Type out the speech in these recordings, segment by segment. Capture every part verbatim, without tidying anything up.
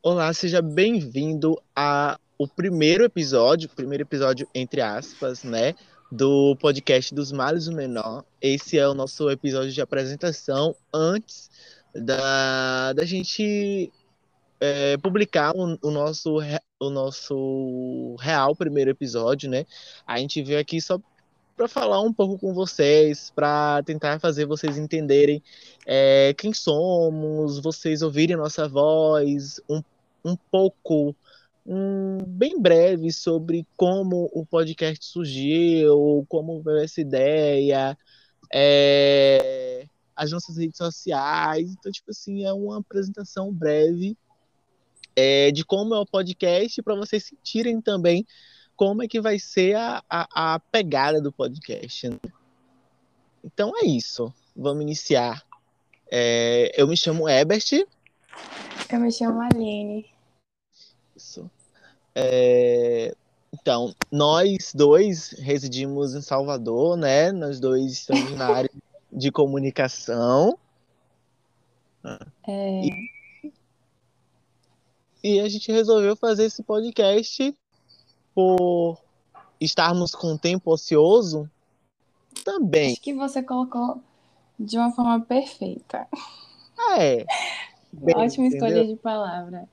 Olá, seja bem-vindo a o primeiro episódio, primeiro episódio entre aspas, né, do podcast dos Males o Menor. Esse é o nosso episódio de apresentação antes da, da gente é, publicar o, o nosso re- o nosso real primeiro episódio, né? A gente veio aqui só para falar um pouco com vocês, para tentar fazer vocês entenderem é, quem somos, vocês ouvirem a nossa voz, um, um pouco, um, bem breve sobre como o podcast surgiu, como veio essa ideia, é, as nossas redes sociais. Então, tipo assim, é uma apresentação breve é, de como é o podcast, para vocês sentirem também como é que vai ser a, a, a pegada do podcast, né? Então é isso. Vamos iniciar. É, eu me chamo Ebert. Eu me chamo Aline. Isso. É, então, nós dois residimos em Salvador, né? Nós dois estamos na área de comunicação. E, É, e a gente resolveu fazer esse podcast por estarmos com tempo ocioso também. acho que você colocou de uma forma perfeita. É, bem, Ótima entendeu? escolha de palavra.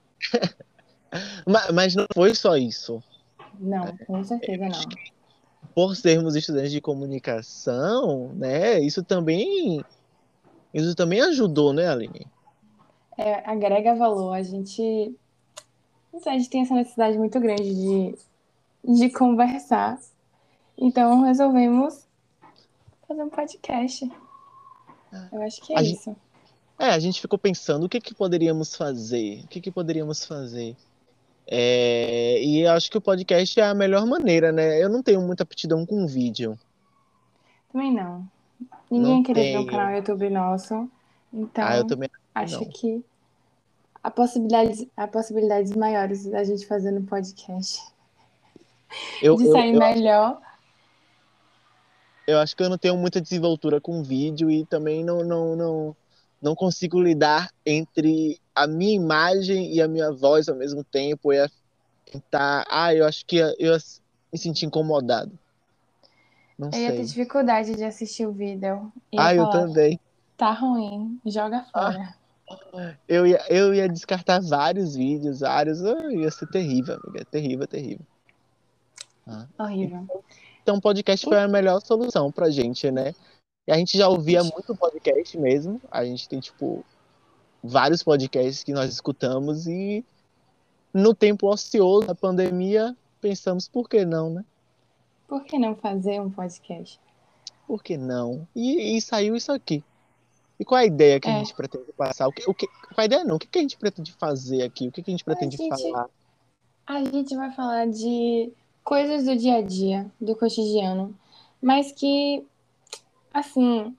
Mas, mas não foi só isso. Não, com certeza não. Por sermos estudantes de comunicação, né? Isso também, isso também ajudou, né, Aline? É, agrega valor. A gente, não sei, a gente tem essa necessidade muito grande de, de conversar. Então resolvemos fazer um podcast. Eu acho que é A gente, isso. é, a gente ficou pensando o que que poderíamos fazer, o que que poderíamos fazer. É, e eu acho que o podcast é a melhor maneira, né? Eu não tenho muita aptidão com vídeo, Também não. não Ninguém queria ver um canal tenho. YouTube nosso. Ah, eu Então, também acho não. que há possibilidades, há possibilidades maiores da gente fazer no podcast. Eu, De eu, sair eu, acho, melhor. eu acho que eu não tenho muita desenvoltura com vídeo e também não, não, não, não consigo lidar entre a minha imagem e a minha voz ao mesmo tempo. E tá. Ah, eu acho que eu ia me sentir incomodado. Não Eu ia ter sei. dificuldade de assistir o vídeo. Ia Ah, eu falar, também. tá ruim, joga Ah, fora. eu ia, eu ia descartar vários vídeos, vários. Ah, ia ser terrível, amiga. Terrível, terrível. Ah. Horrível. Então, o podcast foi a melhor solução pra gente, né? E a gente já ouvia muito podcast mesmo. A gente tem, tipo, vários podcasts que nós escutamos e no tempo ocioso da pandemia, pensamos, por que não, né? Por que não fazer um podcast? Por que não? E, e saiu isso aqui. E qual é a ideia que a É, gente pretende passar? O que, o que, qual a ideia não? O que, que a gente pretende fazer aqui? O que, que a gente a pretende gente, falar? a gente vai falar de coisas do dia a dia, do cotidiano, mas que, assim,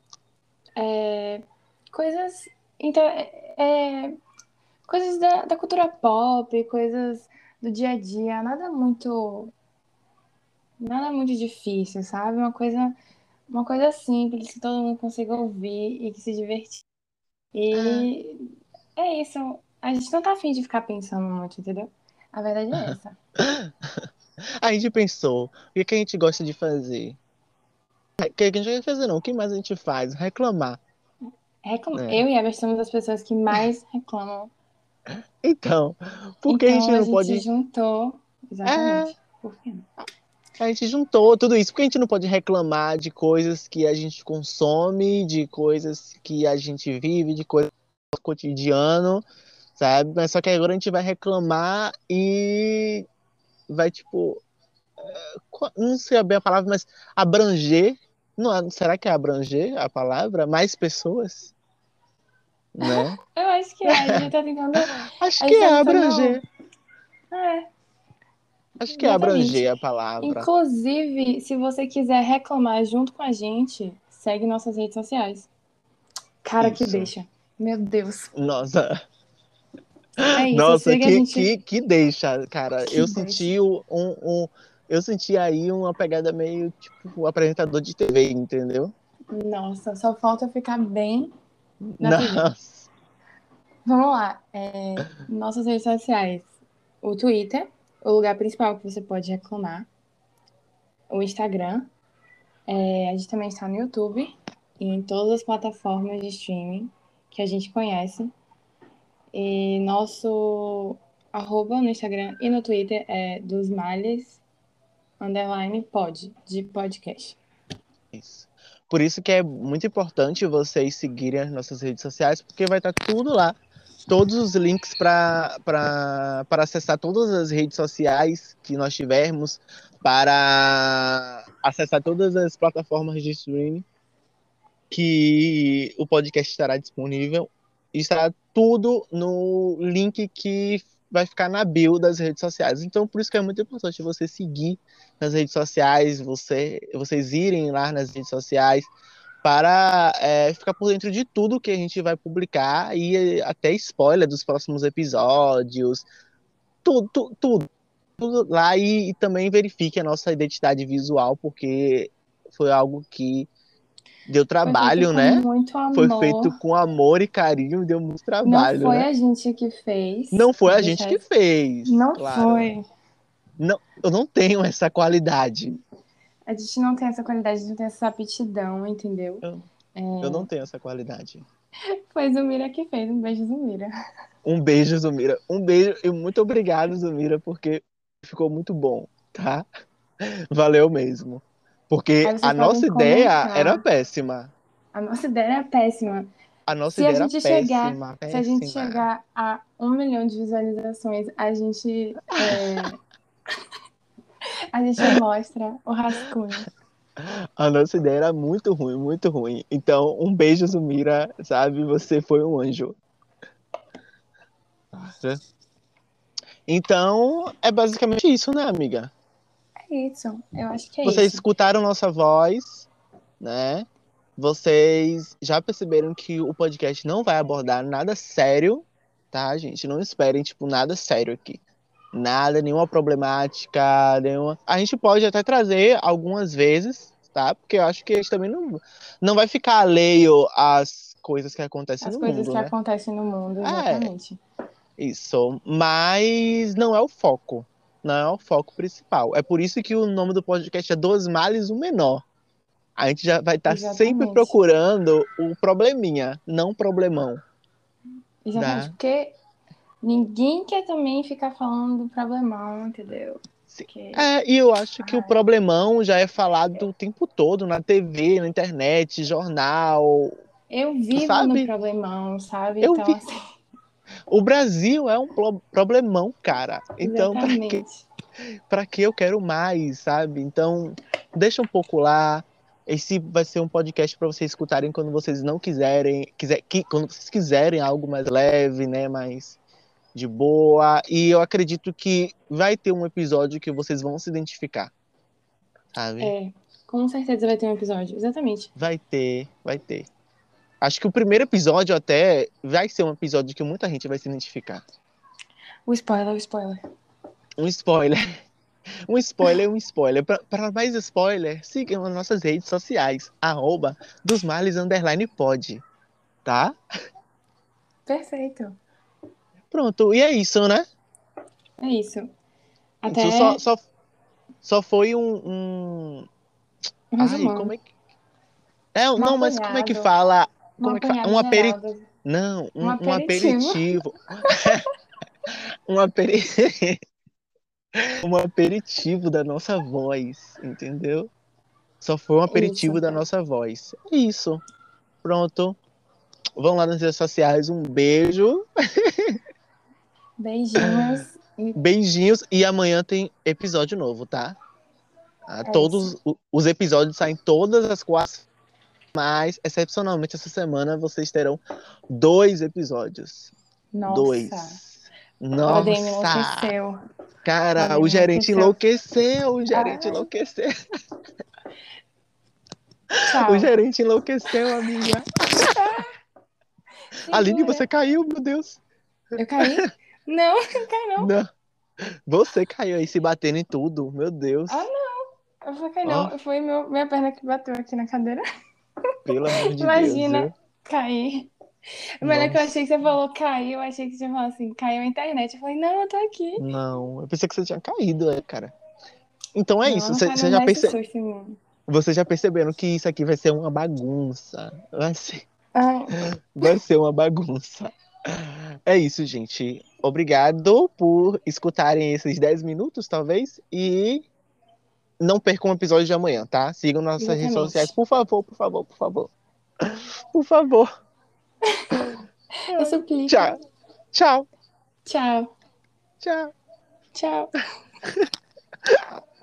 coisas, então, é, é, coisas da, da cultura pop, coisas do dia a dia, nada muito, nada muito difícil, sabe? Uma coisa, uma coisa simples que todo mundo consiga ouvir e que se divertir. É. E é isso. A gente não tá afim de ficar pensando muito, entendeu? A verdade é essa. A gente pensou, o que, que a gente gosta de fazer? O que, que a gente vai fazer não? O que mais a gente faz? Reclamar, Reclam- né? Eu e a Ever somos as pessoas que mais reclamam. Então, por que a Então gente a não gente se pode... juntou. É, Exatamente. Por quê não? a gente juntou tudo isso. Por que a gente não pode reclamar de coisas que a gente consome, de coisas que a gente vive, de coisas do cotidiano, sabe? Mas só que agora a gente vai reclamar e vai, tipo, não sei bem a palavra, mas abranger, não, é- será que é abranger a palavra? Mais pessoas, né? Eu acho que é. A gente tá tentando. Acho A que gente tá é tentando. abranger. É, Acho que é exatamente. abranger a palavra. Inclusive, se você quiser reclamar junto com a gente, segue nossas redes sociais. Cara, que Isso. deixa. Meu Deus. Nossa, É isso. nossa, Siga a que, gente. que, que deixa, cara. Que Eu deixa. senti um, um, eu senti aí uma pegada meio tipo o apresentador de T V, entendeu? Nossa, só falta ficar bem na T V. Nossa. Vamos lá. É, nossas redes sociais. O Twitter, o lugar principal que você pode reclamar. O Instagram. É, a gente também está no YouTube e em todas as plataformas de streaming que a gente conhece. E nosso arroba no Instagram e no Twitter é dos males underline pod, de podcast. Isso. Por isso que é muito importante vocês seguirem as nossas redes sociais, porque vai estar tudo lá. Todos os links para para acessar todas as redes sociais que nós tivermos, para acessar todas as plataformas de streaming que o podcast estará disponível. Estará tudo no link que vai ficar na bio das redes sociais. Então, por isso que é muito importante você seguir nas redes sociais, você, vocês irem lá nas redes sociais para é, ficar por dentro de tudo que a gente vai publicar e até spoiler dos próximos episódios, tudo, tudo, tudo, tudo lá e, e também verifique a nossa identidade visual, porque foi algo que deu Foi feito trabalho, com né? muito Foi feito amor. com amor e carinho, deu muito Não trabalho, foi né? a gente que fez. Não foi Vou a gente deixar que isso. fez, Não claro. foi. Não, eu não tenho essa qualidade. A gente não tem essa qualidade, a gente não tem essa aptidão, entendeu? Eu, eu não tenho essa qualidade. Foi Zumira que fez. Um beijo, Zumira. Um beijo, Zumira. Um beijo e muito obrigado, Zumira, porque ficou muito bom, tá? Valeu mesmo. Porque Aí a vocês podem nossa ideia era comentar. péssima. A nossa ideia era péssima. A nossa Se a ideia era gente chegar, péssima, se a gente péssima. chegar a um milhão de visualizações, a gente é, a gente mostra o rascunho. A nossa ideia era muito ruim, muito ruim. Então, um beijo, Zumira, sabe? Você foi um anjo. Então, é basicamente isso, né, amiga? É isso. Eu acho que é Vocês isso. escutaram nossa voz, né? Vocês já perceberam que o podcast não vai abordar nada sério, tá, gente? Não esperem, tipo, nada sério aqui. Nada, nenhuma problemática, nenhuma... A gente pode até trazer algumas vezes, tá? Porque eu acho que a gente também não, não vai ficar alheio às coisas que acontecem As no coisas mundo, que né? acontecem no mundo, É, exatamente. isso. Mas não é o foco. Não é o foco principal. É por isso que o nome do podcast é Dos Males o Menor. A gente já vai estar sempre Exatamente. procurando o probleminha, não o problemão. Exatamente. Tá? Porque ninguém quer também ficar falando do problemão, entendeu? Sim. Porque É, e eu acho que o ai, problemão já é falado o tempo todo, na T V, na internet, jornal, eu vivo no sabe? problemão, sabe? Eu Então, vi. assim, O Brasil é um pro- problemão, cara. Então, pra que, exatamente. pra que eu quero mais, sabe? Então, deixa um pouco lá. Esse vai ser um podcast para vocês escutarem quando vocês não quiserem, quiser, que, quando vocês quiserem algo mais leve, né? Mais de boa. E eu acredito que vai ter um episódio que vocês vão se identificar, sabe? É, com certeza vai ter um episódio. Exatamente. Vai ter, vai ter. Acho que o primeiro episódio até vai ser um episódio que muita gente vai se identificar. O spoiler, o spoiler. Um spoiler. Um spoiler, um spoiler. Para mais spoiler, sigam as nossas redes sociais. Arroba dos males underline pod. Tá? Perfeito. Pronto. E é isso, né? É isso. Isso só, Até só, só foi um, um... um Ai, resumão. como é que... É, Um não, mas como é que apanhado. fala? Um Como é que fala? apanhado Um aperi... geral. Do... Não, Um um, um aperitivo. aperitivo. Um aperi... um aperitivo da nossa voz, entendeu? Só foi um Isso. aperitivo da nossa voz. É isso. Pronto. Vão lá nas redes sociais. Um beijo. Beijinhos. E Beijinhos. E amanhã tem episódio novo, tá? Ah, é isso. todos os episódios saem todas as quartas. Mas, excepcionalmente, essa semana vocês terão dois episódios. Nossa. Dois. O A D M Nossa! enlouqueceu. O Cara, o A D M gerente enlouqueceu. enlouqueceu. O gerente Ai, enlouqueceu. O tchau. gerente enlouqueceu, amiga. Aline, Segura. você caiu, meu Deus. Eu caí? Não, não caí não. Não. Você caiu aí se batendo em tudo, meu Deus. Ah, não. Eu falei, caí Ó, não. Foi meu, minha perna que bateu aqui na cadeira. pelo amor de Deus, Imagina viu? cair. Mas é que eu Nossa, achei que você falou caiu, eu achei que você falou assim, caiu a internet. Eu falei, não, eu tô aqui. não. Eu pensei que você tinha caído, é, cara. Então é isso. Não, não Você faz você não já dá esse perce... susto em mim. você já perceberam que isso aqui vai ser uma bagunça. Vai ser, Ai, vai ser uma bagunça. É isso, gente. Obrigado por escutarem esses dez minutos, talvez. E não percam o episódio de amanhã, tá? Sigam nossas redes sociais, exatamente. por favor, por favor, por favor. Por favor. Eu suplico. Tchau, tchau, Tchau. tchau. Tchau.